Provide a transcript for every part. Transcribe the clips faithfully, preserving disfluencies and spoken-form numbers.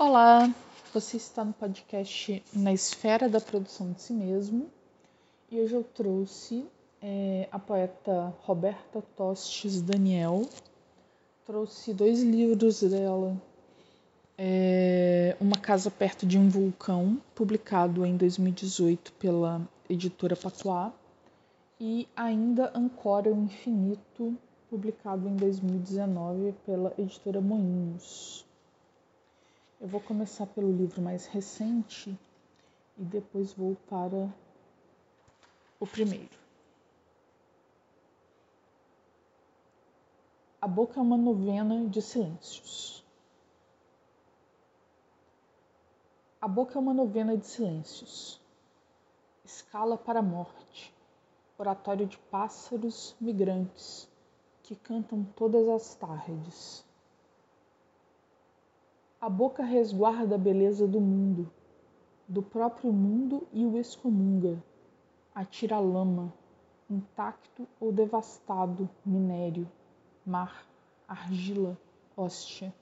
Olá, você está no podcast Na Esfera da Produção de Si Mesmo e hoje eu trouxe é, a poeta Roberta Tostes Daniel. Trouxe dois livros dela, é, Uma Casa Perto de um Vulcão, publicado em dois mil e dezoito pela editora Patois, e Ainda Ancora o Infinito, publicado em dois mil e dezenove pela editora Moinhos. Eu vou começar pelo livro mais recente e depois vou para o primeiro. A boca é uma novena de silêncios. A boca é uma novena de silêncios. Escala para a morte, oratório de pássaros migrantes que cantam todas as tardes. A boca resguarda a beleza do mundo, do próprio mundo e o excomunga, atira a lama, intacto ou devastado, minério, mar, argila, hóstia.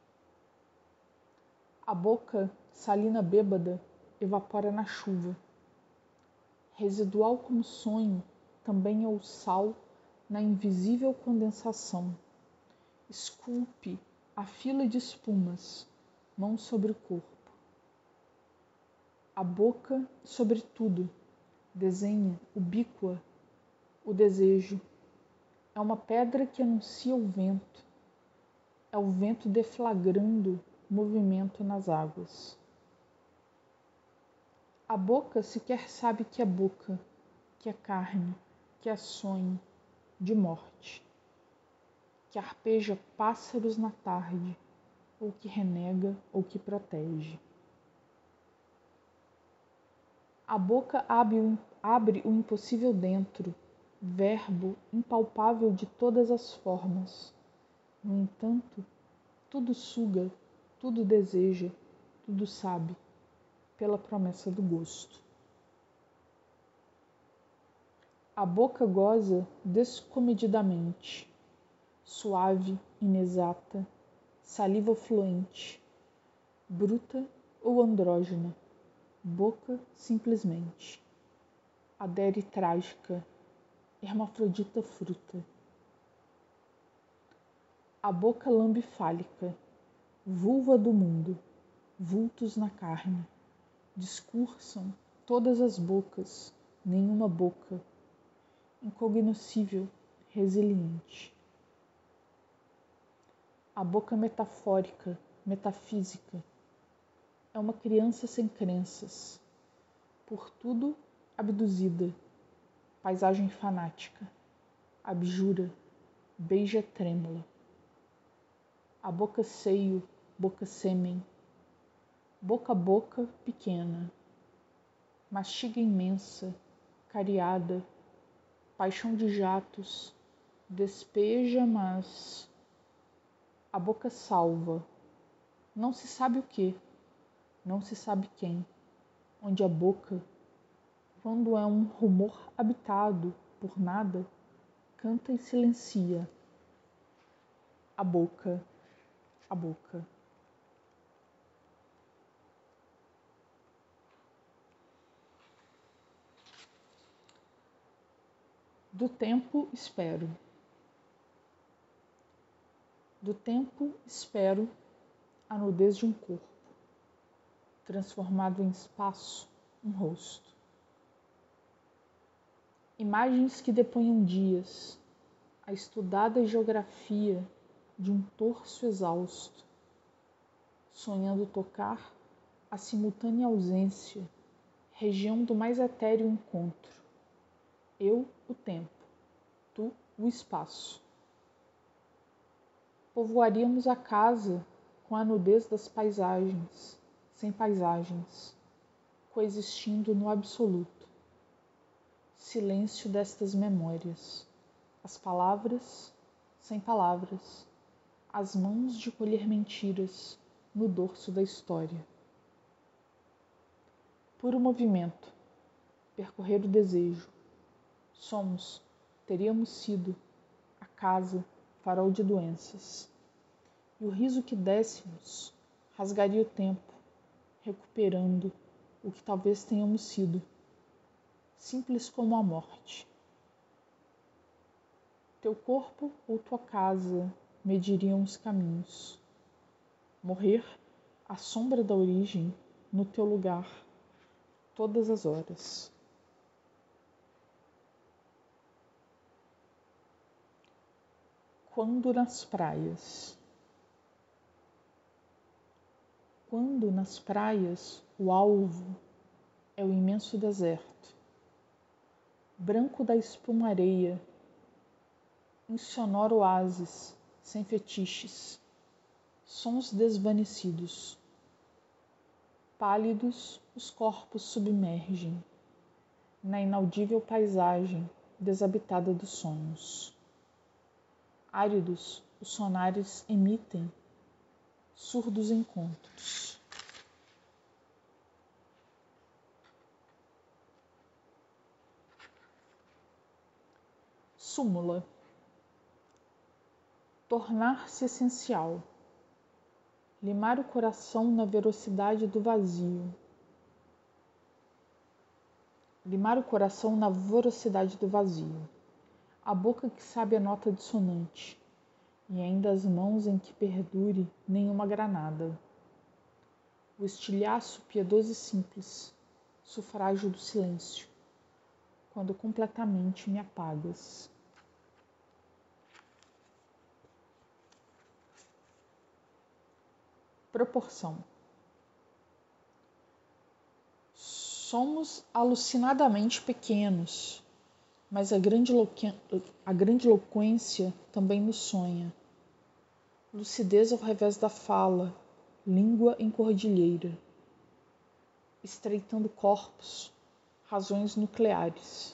A boca, salina bêbada, evapora na chuva. Residual como sonho, também é o sal na invisível condensação. Esculpe a fila de espumas, mão sobre o corpo. A boca sobre tudo, desenha, ubíqua, o desejo. É uma pedra que anuncia o vento. É o vento deflagrando movimento nas águas. A boca sequer sabe que é boca, que é carne, que é sonho, de morte. Que arpeja pássaros na tarde, ou que renega ou que protege. A boca abre, abre o impossível dentro, verbo impalpável de todas as formas. No entanto, tudo suga, tudo deseja, tudo sabe, pela promessa do gosto. A boca goza descomedidamente, suave, inexata, saliva fluente, bruta ou andrógena, boca simplesmente, adere trágica, hermafrodita fruta. A boca lambe fálica, vulva do mundo, vultos na carne, discursam todas as bocas, nenhuma boca, incognoscível, resiliente. A boca metafórica, metafísica, é uma criança sem crenças, por tudo abduzida, paisagem fanática, abjura, beija trêmula. A boca seio, boca sêmen, boca a boca pequena, mastiga imensa, cariada, paixão de jatos, despeja, mas a boca salva, não se sabe o que, não se sabe quem, onde a boca, quando é um rumor habitado por nada, canta e silencia. A boca, a boca. Do tempo espero. Do tempo espero a nudez de um corpo, transformado em espaço, um rosto. Imagens que deponham dias, a estudada geografia de um torso exausto, sonhando tocar a simultânea ausência, região do mais etéreo encontro. Eu, o tempo, tu, o espaço. Povoaríamos a casa com a nudez das paisagens, sem paisagens, coexistindo no absoluto. Silêncio destas memórias, as palavras sem palavras, as mãos de colher mentiras no dorso da história. Puro movimento, percorrer o desejo. Somos, teríamos sido, a casa, farol de doenças. E o riso que dessemos, rasgaria o tempo, recuperando o que talvez tenhamos sido, simples como a morte. Teu corpo ou tua casa mediriam os caminhos. Morrer à sombra da origem, no teu lugar, todas as horas. Quando nas praias. Quando nas praias o alvo é o imenso deserto, branco da espuma-areia, insonoro oásis, sem fetiches, sons desvanecidos. Pálidos os corpos submergem na inaudível paisagem desabitada dos sonhos. Áridos os sonares emitem surdos encontros. Súmula. Tornar-se essencial. Limar o coração na velocidade do vazio. Limar o coração na voracidade do vazio. A boca que sabe a nota dissonante. E ainda as mãos em que perdure nenhuma granada. O estilhaço piedoso e simples, sufrágio do silêncio, quando completamente me apagas. Proporção. Somos alucinadamente pequenos, mas a grandiloquência, a grandiloquência também nos sonha. Lucidez ao revés da fala, língua em cordilheira, estreitando corpos, razões nucleares.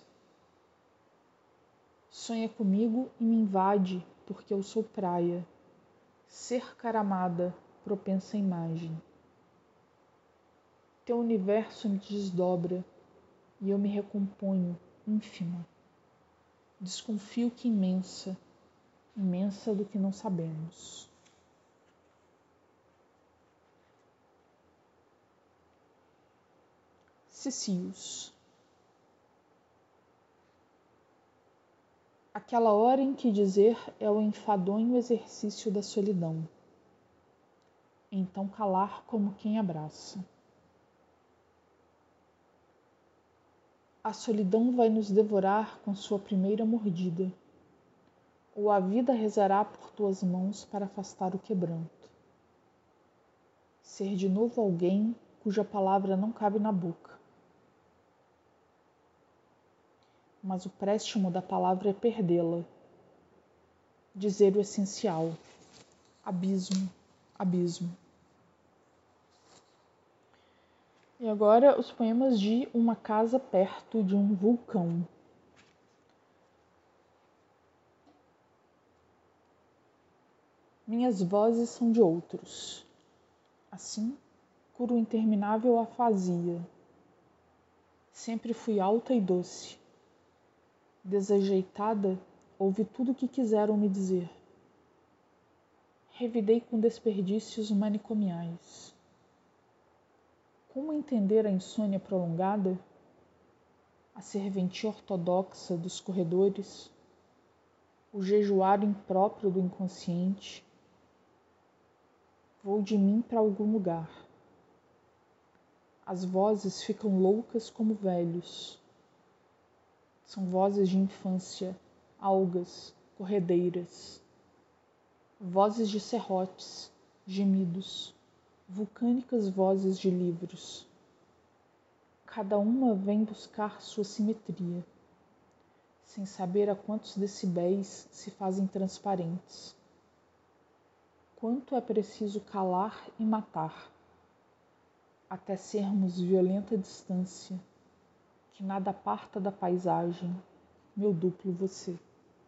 Sonha comigo e me invade porque eu sou praia, ser caramada, propensa à imagem. Teu universo me desdobra e eu me recomponho, ínfima. Desconfio que imensa, imensa do que não sabemos. Cicius. Aquela hora em que dizer é o enfadonho exercício da solidão. Então calar como quem abraça. A solidão vai nos devorar com sua primeira mordida, ou a vida rezará por tuas mãos para afastar o quebranto. Ser de novo alguém cuja palavra não cabe na boca. Mas o préstimo da palavra é perdê-la. Dizer o essencial. Abismo, abismo. E agora os poemas de Uma Casa Perto de um Vulcão. Minhas vozes são de outros. Assim, curo o interminável afasia. Sempre fui alta e doce. Desajeitada, ouvi tudo o que quiseram me dizer. Revidei com desperdícios manicomiais. Como entender a insônia prolongada? A serventia ortodoxa dos corredores? O jejuar impróprio do inconsciente? Vou de mim para algum lugar. As vozes ficam loucas como velhos. São vozes de infância, algas, corredeiras. Vozes de serrotes, gemidos. Vulcânicas vozes de livros. Cada uma vem buscar sua simetria, sem saber a quantos decibéis se fazem transparentes. Quanto é preciso calar e matar, até sermos violenta distância, que nada aparta da paisagem, meu duplo você.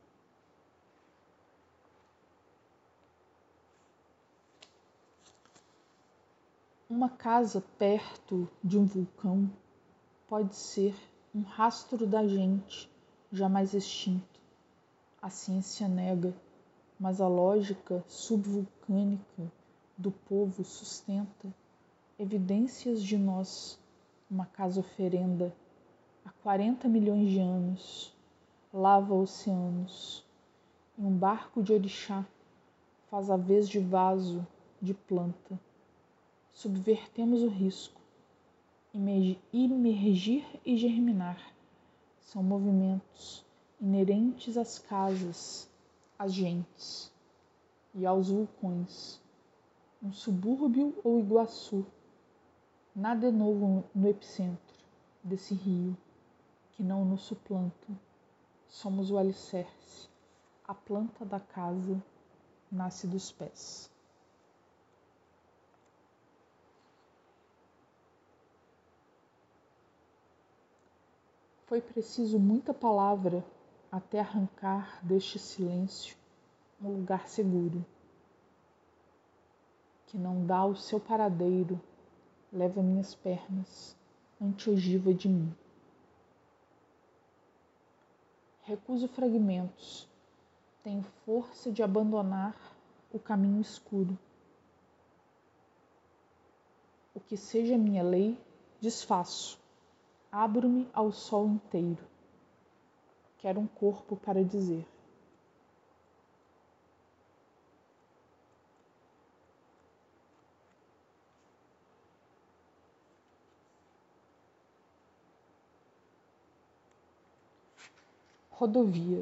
Uma casa perto de um vulcão pode ser um rastro da gente jamais extinto. A ciência nega, mas a lógica subvulcânica do povo sustenta evidências de nós, uma casa oferenda há quarenta milhões de anos, lava oceanos, e um barco de orixá faz a vez de vaso, de planta. Subvertemos o risco, imergir e germinar, são movimentos inerentes às casas, às gentes e aos vulcões. Um subúrbio ou Iguaçu, nada é novo no epicentro desse rio que não nos suplanta. Somos o alicerce, a planta da casa nasce dos pés. Foi preciso muita palavra até arrancar deste silêncio um lugar seguro, que não dá o seu paradeiro, leva minhas pernas ante ogiva de mim. Recuso fragmentos, tenho força de abandonar o caminho escuro. O que seja minha lei, desfaço, abro-me ao sol inteiro. Quero um corpo para dizer. Rodovia.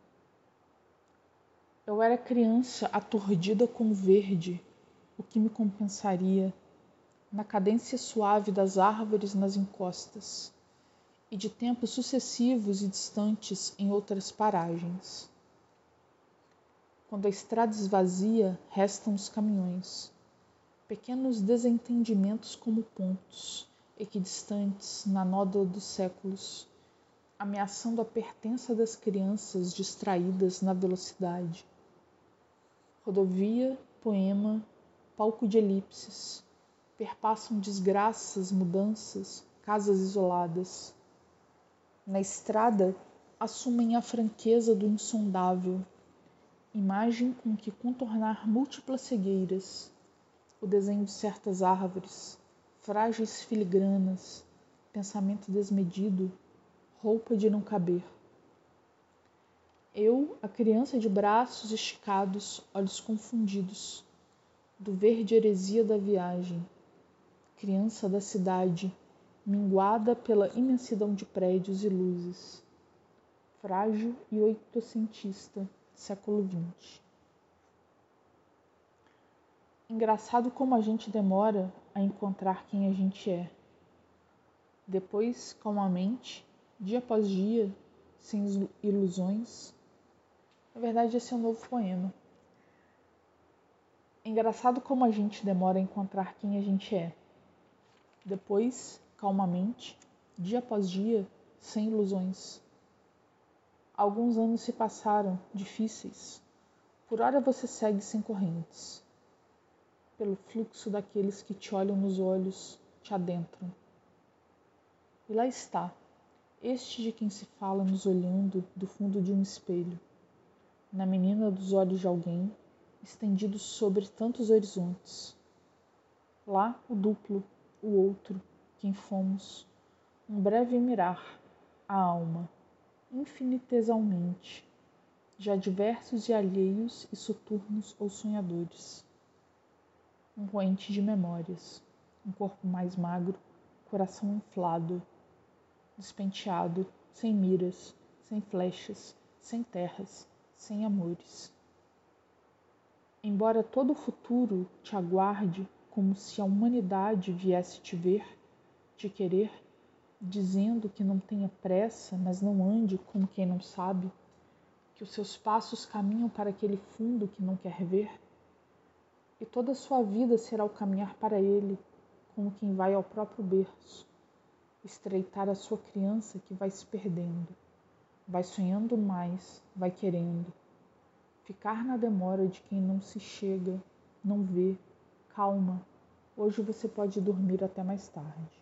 Eu era criança aturdida com o verde, o que me compensaria na cadência suave das árvores nas encostas e de tempos sucessivos e distantes em outras paragens. Quando a estrada esvazia, restam os caminhões, pequenos desentendimentos como pontos, equidistantes na nódoa dos séculos, ameaçando a pertença das crianças distraídas na velocidade. Rodovia, poema, palco de elipses, perpassam desgraças, mudanças, casas isoladas. Na estrada, assumem a franqueza do insondável, imagem com que contornar múltiplas cegueiras, o desenho de certas árvores, frágeis filigranas, pensamento desmedido, roupa de não caber. Eu, a criança de braços esticados, olhos confundidos, do verde heresia da viagem, criança da cidade, minguada pela imensidão de prédios e luzes, frágil e oitocentista, século vinte. Engraçado como a gente demora a encontrar quem a gente é. Depois, calmamente, dia após dia, sem ilusões. Na verdade, esse é um novo poema. Engraçado como a gente demora a encontrar quem a gente é. Depois, calmamente, dia após dia, sem ilusões. Alguns anos se passaram, difíceis. Por hora você segue sem correntes. Pelo fluxo daqueles que te olham nos olhos, te adentram. E lá está, este de quem se fala nos olhando do fundo de um espelho, na menina dos olhos de alguém, estendidos sobre tantos horizontes. Lá o duplo, o outro, quem fomos, um breve mirar, a alma, infinitesalmente, já diversos e alheios e soturnos ou sonhadores. Um poente de memórias, um corpo mais magro, coração inflado, despenteado, sem miras, sem flechas, sem terras, sem amores. Embora todo o futuro te aguarde como se a humanidade viesse te ver, te querer, dizendo que não tenha pressa, mas não ande como quem não sabe, que os seus passos caminham para aquele fundo que não quer ver, e toda a sua vida será o caminhar para ele, como quem vai ao próprio berço, estreitar a sua criança que vai se perdendo, vai sonhando mais, vai querendo, ficar na demora de quem não se chega, não vê, calma, hoje você pode dormir até mais tarde.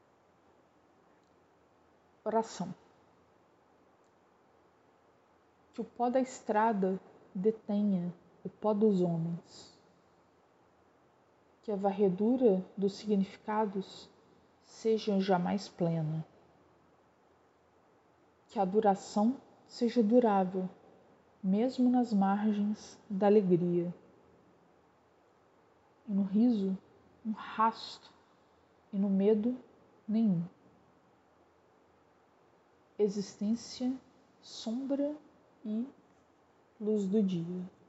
Oração. que o pó da estrada detenha o pó dos homens, que a varredura dos significados seja jamais plena, que a duração seja durável, mesmo nas margens da alegria, e no riso um rasto, e no medo nenhum. Existência, sombra e luz do dia.